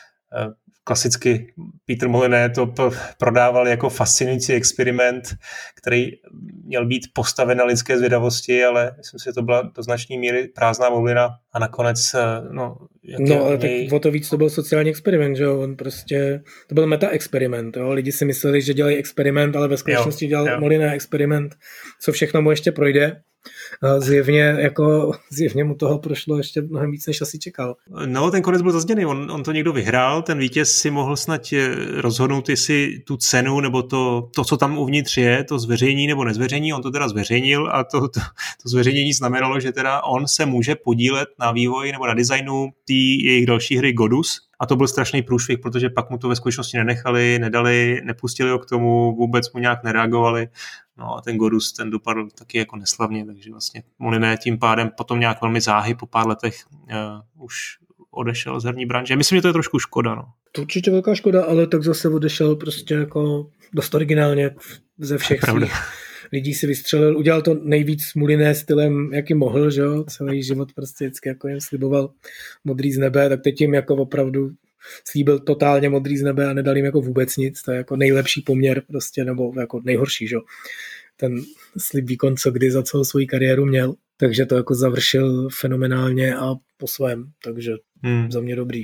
Klasicky Peter Moliné to prodával jako fascinující experiment, který měl být postaven na lidské zvědavosti, ale myslím si, že to byla do značné míry prázdná bublina a nakonec, no... No, ale něj... tak o to víc to byl sociální experiment, že jo, on prostě, to byl meta-experiment, jo, lidi si mysleli, že dělají experiment, ale ve skutečnosti dělal Moliné experiment, co všechno mu ještě projde. Zjevně, jako, zjevně mu toho prošlo ještě mnohem víc, než asi čekal. No, ten konec byl zazděný, on, on to někdo vyhrál, ten vítěz si mohl snad rozhodnout, jestli tu cenu nebo to, to, co tam uvnitř je, to zveřejní nebo nezveřejní, on to teda zveřejnil a to, to, to zveřejnění znamenalo, že teda on se může podílet na vývoji nebo na designu té jejich další hry Godus. A to byl strašný průšvih, protože pak mu to ve skutečnosti nenechali, nedali, nepustili ho k tomu, vůbec mu nějak nereagovali. No a ten Godus, ten dopadl taky jako neslavně, takže vlastně Moliné tím pádem potom nějak velmi záhy po pár letech uh, už odešel z herní branže. Myslím, že to je trošku škoda. No. To určitě velká škoda, ale tak zase odešel prostě jako dost originálně ze všech svých lidí si vystřelil. Udělal to nejvíc Moliné stylem, jaký mohl, že jo? Celý život prostě vždycky jako jim sliboval modrý z nebe, tak teď jim jako opravdu slíbil totálně modrý z nebe a nedal jim jako vůbec nic. To je jako nejlepší poměr prostě, nebo jako nejhorší, že jo? Ten slib výkon, co kdy za celou svou kariéru měl. Takže to jako završil fenomenálně a po svém. Takže hmm. za mě dobrý.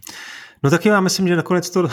No taky já myslím, že nakonec to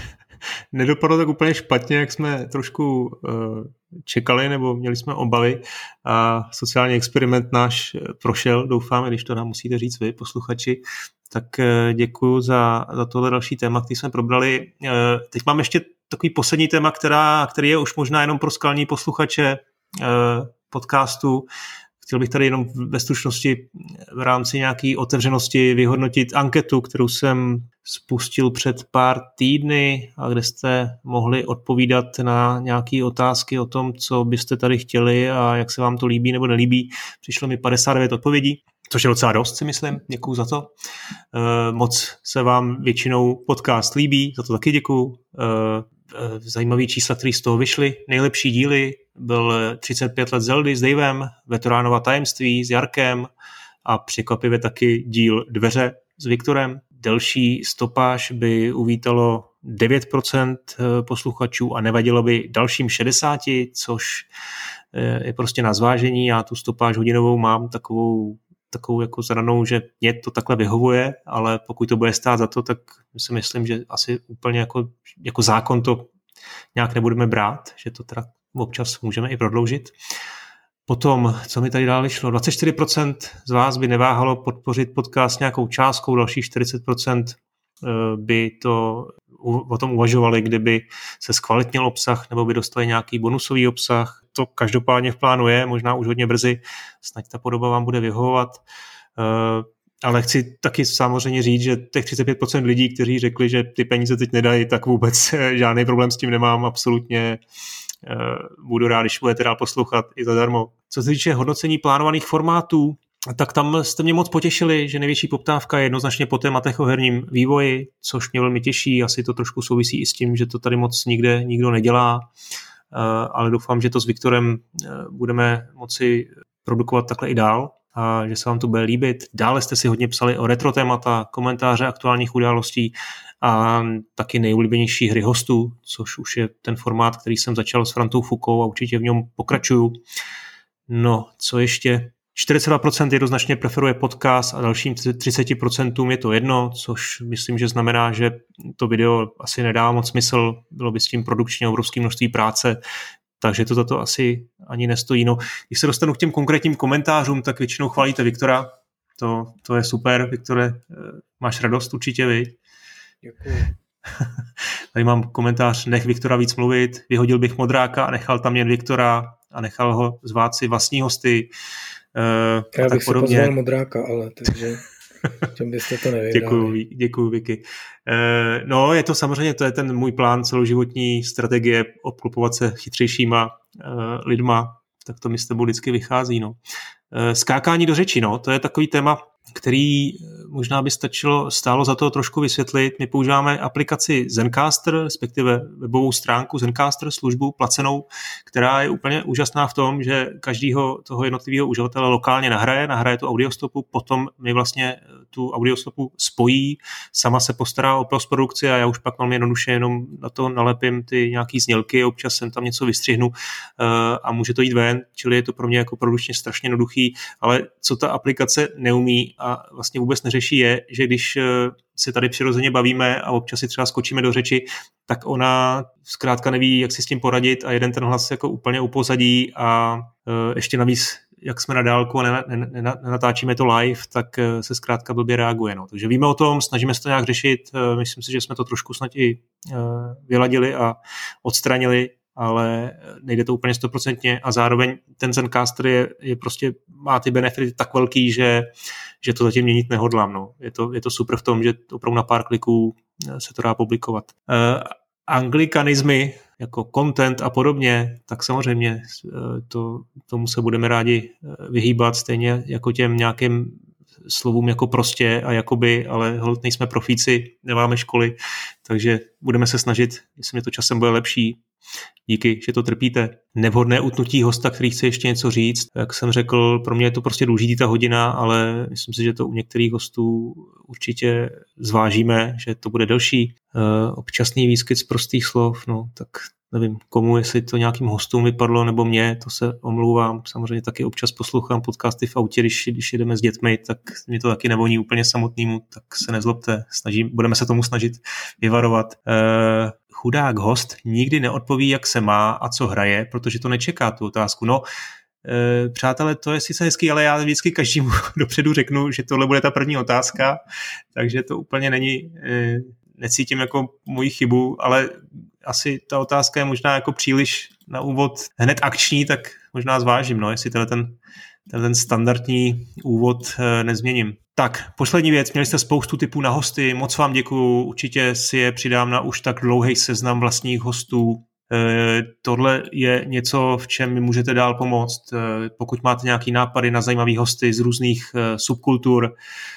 nedopadlo tak úplně špatně, jak jsme trošku uh, čekali, nebo měli jsme obavy. A sociální experiment náš prošel, doufám, když to nám musíte říct vy, posluchači. Tak uh, děkuju za, za tohle další téma, který jsme probrali. Uh, teď mám ještě takový poslední téma, která, který je už možná jenom pro skalní posluchače uh, podcastu. Chtěl bych tady jenom ve stručnosti v rámci nějaké otevřenosti vyhodnotit anketu, kterou jsem spustil před pár týdny a kde jste mohli odpovídat na nějaké otázky o tom, co byste tady chtěli a jak se vám to líbí nebo nelíbí. Přišlo mi padesát devět odpovědí, což je docela dost, si myslím. Děkuju za to. Moc se vám většinou podcast líbí, za to taky děkuju. Zajímavý čísla, které z toho vyšly. Nejlepší díly byl třicet pět let Zeldy s Davem, Veteránova tajemství s Jarkem a překvapivě taky díl Dveře s Viktorem. Delší stopáž by uvítalo devět procent posluchačů a nevadilo by dalším šedesát procent, což je prostě na zvážení. Já tu stopáž hodinovou mám takovou takovou jako zranou, že mě to takhle vyhovuje, ale pokud to bude stát za to, tak si myslím, že asi úplně jako, jako zákon to nějak nebudeme brát, že to teda občas můžeme i prodloužit. Potom, co mi tady dále šlo, dvacet čtyři procent z vás by neváhalo podpořit podcast nějakou částkou, dalších čtyřicet procent by to o tom uvažovali, kdyby se zkvalitnil obsah nebo by dostali nějaký bonusový obsah. To každopádně v plánu je, možná už hodně brzy, snad ta podoba vám bude vyhovovat. Ale chci taky samozřejmě říct, že těch třicet pět procent lidí, kteří řekli, že ty peníze teď nedají, tak vůbec žádný problém s tím nemám, absolutně budu rád, když budete dál poslouchat i zadarmo. Co se týče hodnocení plánovaných formátů, tak tam jste mě moc potěšili, že největší poptávka je jednoznačně po tématech o herním vývoji, což mě velmi těší, asi to trošku souvisí i s tím, že to tady moc nikde nikdo nedělá, ale doufám, že to s Viktorem budeme moci produkovat takhle i dál a že se vám to bude líbit. Dále jste si hodně psali o retro témata, komentáře aktuálních událostí a taky nejoblíbenější hry hostů, což už je ten formát, který jsem začal s Frantou Fukou a určitě v něm pokračuju. No, co ještě? čtyřicet dva procent jednoznačně preferuje podcast a dalším třicet procent je to jedno, což myslím, že znamená, že to video asi nedá moc smysl, bylo by s tím produkčně obrovské množství práce, takže to za to asi ani nestojí. No, když se dostanu k těm konkrétním komentářům, tak většinou chválíte Viktora, to, to je super, Viktore, máš radost určitě, viď? Děkuji. Tady mám komentář, nech Viktora víc mluvit, vyhodil bych Modráka a nechal tam jen Viktora a nechal ho zvát si vlastní hosty. Uh, Já bych si pozval Modráka, ale takže těm byste to nevěděli. Děkuju, děkuju, Vicky. Uh, no, je to samozřejmě, to je ten můj plán celoživotní strategie, obklopovat se chytřejšíma uh, lidma, tak to mi s tebou vždycky vychází. No. Uh, skákání do řeči, no, to je takový téma, který možná by stačilo, stálo za to trošku vysvětlit. My používáme aplikaci Zencastr, respektive webovou stránku Zencastr, službu placenou, která je úplně úžasná v tom, že každýho toho jednotlivého uživatele lokálně nahraje, nahraje tu audiostopu, potom my vlastně tu audiostopu spojí, sama se postará o postprodukci a já už pak velmi jednoduše jenom na to nalepím ty nějaký znělky, občas jsem tam něco vystřihnu a může to jít ven, čili je to pro mě jako produkčně strašně jednoduchý, ale co ta aplikace neumí a vlastně vůbec neřeší je, že když se tady přirozeně bavíme a občas si třeba skočíme do řeči, tak ona zkrátka neví, jak si s tím poradit a jeden ten hlas jako úplně upozadí a ještě navíc, jak jsme na dálku a nenatáčíme to live, tak se zkrátka blbě reaguje. No. Takže víme o tom, snažíme se to nějak řešit, myslím si, že jsme to trošku snad i vyladili a odstranili, ale nejde to úplně stoprocentně a zároveň ten Zencastr je, je prostě, má ty benefity tak velký, že, že to zatím měnit nehodlám. No. Je, to, je to super v tom, že opravdu na pár kliků se to dá publikovat. Uh, anglikanizmy jako content a podobně, tak samozřejmě to, tomu se budeme rádi vyhýbat, stejně jako těm nějakým slovům jako prostě a jakoby, ale holt nejsme profíci, nemáme školy, takže budeme se snažit, jestli mě to časem bude lepší. Díky, že to trpíte. Nevhodné utnutí hosta, který chce ještě něco říct. Jak jsem řekl, pro mě je to prostě důležitý ta hodina, ale myslím si, že to u některých hostů určitě zvážíme, že to bude delší. Občasný výskyt z prostých slov, no tak nevím komu, jestli to nějakým hostům vypadlo, nebo mě, to se omlouvám. Samozřejmě taky občas poslouchám podcasty v autě, když, když jedeme s dětmi, tak mi to taky nevoní úplně samotnému, tak se nezlobte, snažím, budeme se tomu snažit vyvarovat. Uh, chudák host nikdy neodpoví, jak se má a co hraje, protože to nečeká tu otázku. No, uh, přátelé, to je sice hezký, ale já vždycky každému dopředu řeknu, že tohle bude ta první otázka, takže to úplně není, uh, necítím jako moji chybu, ale asi ta otázka je možná jako příliš na úvod hned akční, tak možná zvážím, no, jestli tenhle ten, tenhle ten standardní úvod e, nezměním. Tak, poslední věc, měli jste spoustu typů na hosty, moc vám děkuju, určitě si je přidám na už tak dlouhý seznam vlastních hostů. E, tohle je něco, v čem mi můžete dál pomoct. E, pokud máte nějaký nápady na zajímavý hosty z různých e, subkultur,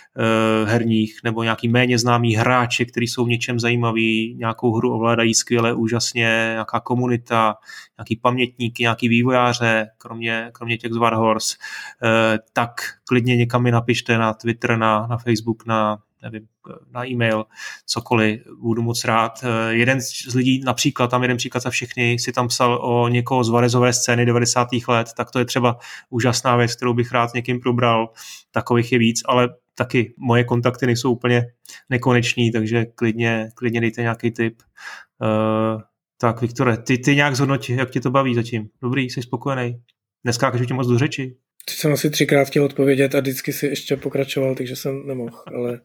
herních nebo nějaký méně známý hráči, kteří jsou v něčem zajímaví, nějakou hru ovládají skvěle, úžasně, nějaká komunita, nějaký pamětníky, nějaký vývojáře, kromě, kromě těch z Warhorse, tak klidně někam mi napište na Twitter, na, na Facebook, na, nevím, na e-mail, cokoliv, budu moc rád. Jeden z lidí, například, tam jeden příklad za všechny, si tam psal o někoho z Varezové scény devadesátých let, tak to je třeba úžasná věc, kterou bych rád s někým probral, takových je víc, ale taky moje kontakty nejsou úplně nekoneční, takže klidně, klidně dejte nějaký tip. Uh, tak, Viktore, ty, ty nějak zhodnoti, jak tě to baví zatím? Dobrý, jsi spokojený? Neskákaš ti moc do řeči? Teď jsem asi třikrát chtěl odpovědět a vždycky si ještě pokračoval, takže jsem nemohl, ale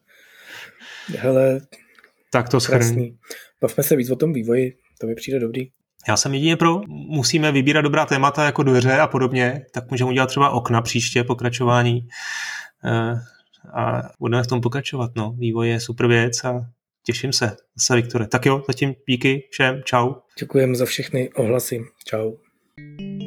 hele, tak to krásný. Bavme se víc o tom vývoji, to mi přijde dobrý. Já jsem jedině pro, musíme vybírat dobrá témata jako dveře a podobně, tak můžeme udělat třeba okna příště, pokračování. Uh, a budeme v tom pokračovat. No. Vývoj je super věc a těším se. Zase, Viktore. Tak jo, zatím díky všem. Čau. Děkujeme za všechny ohlasy. Čau.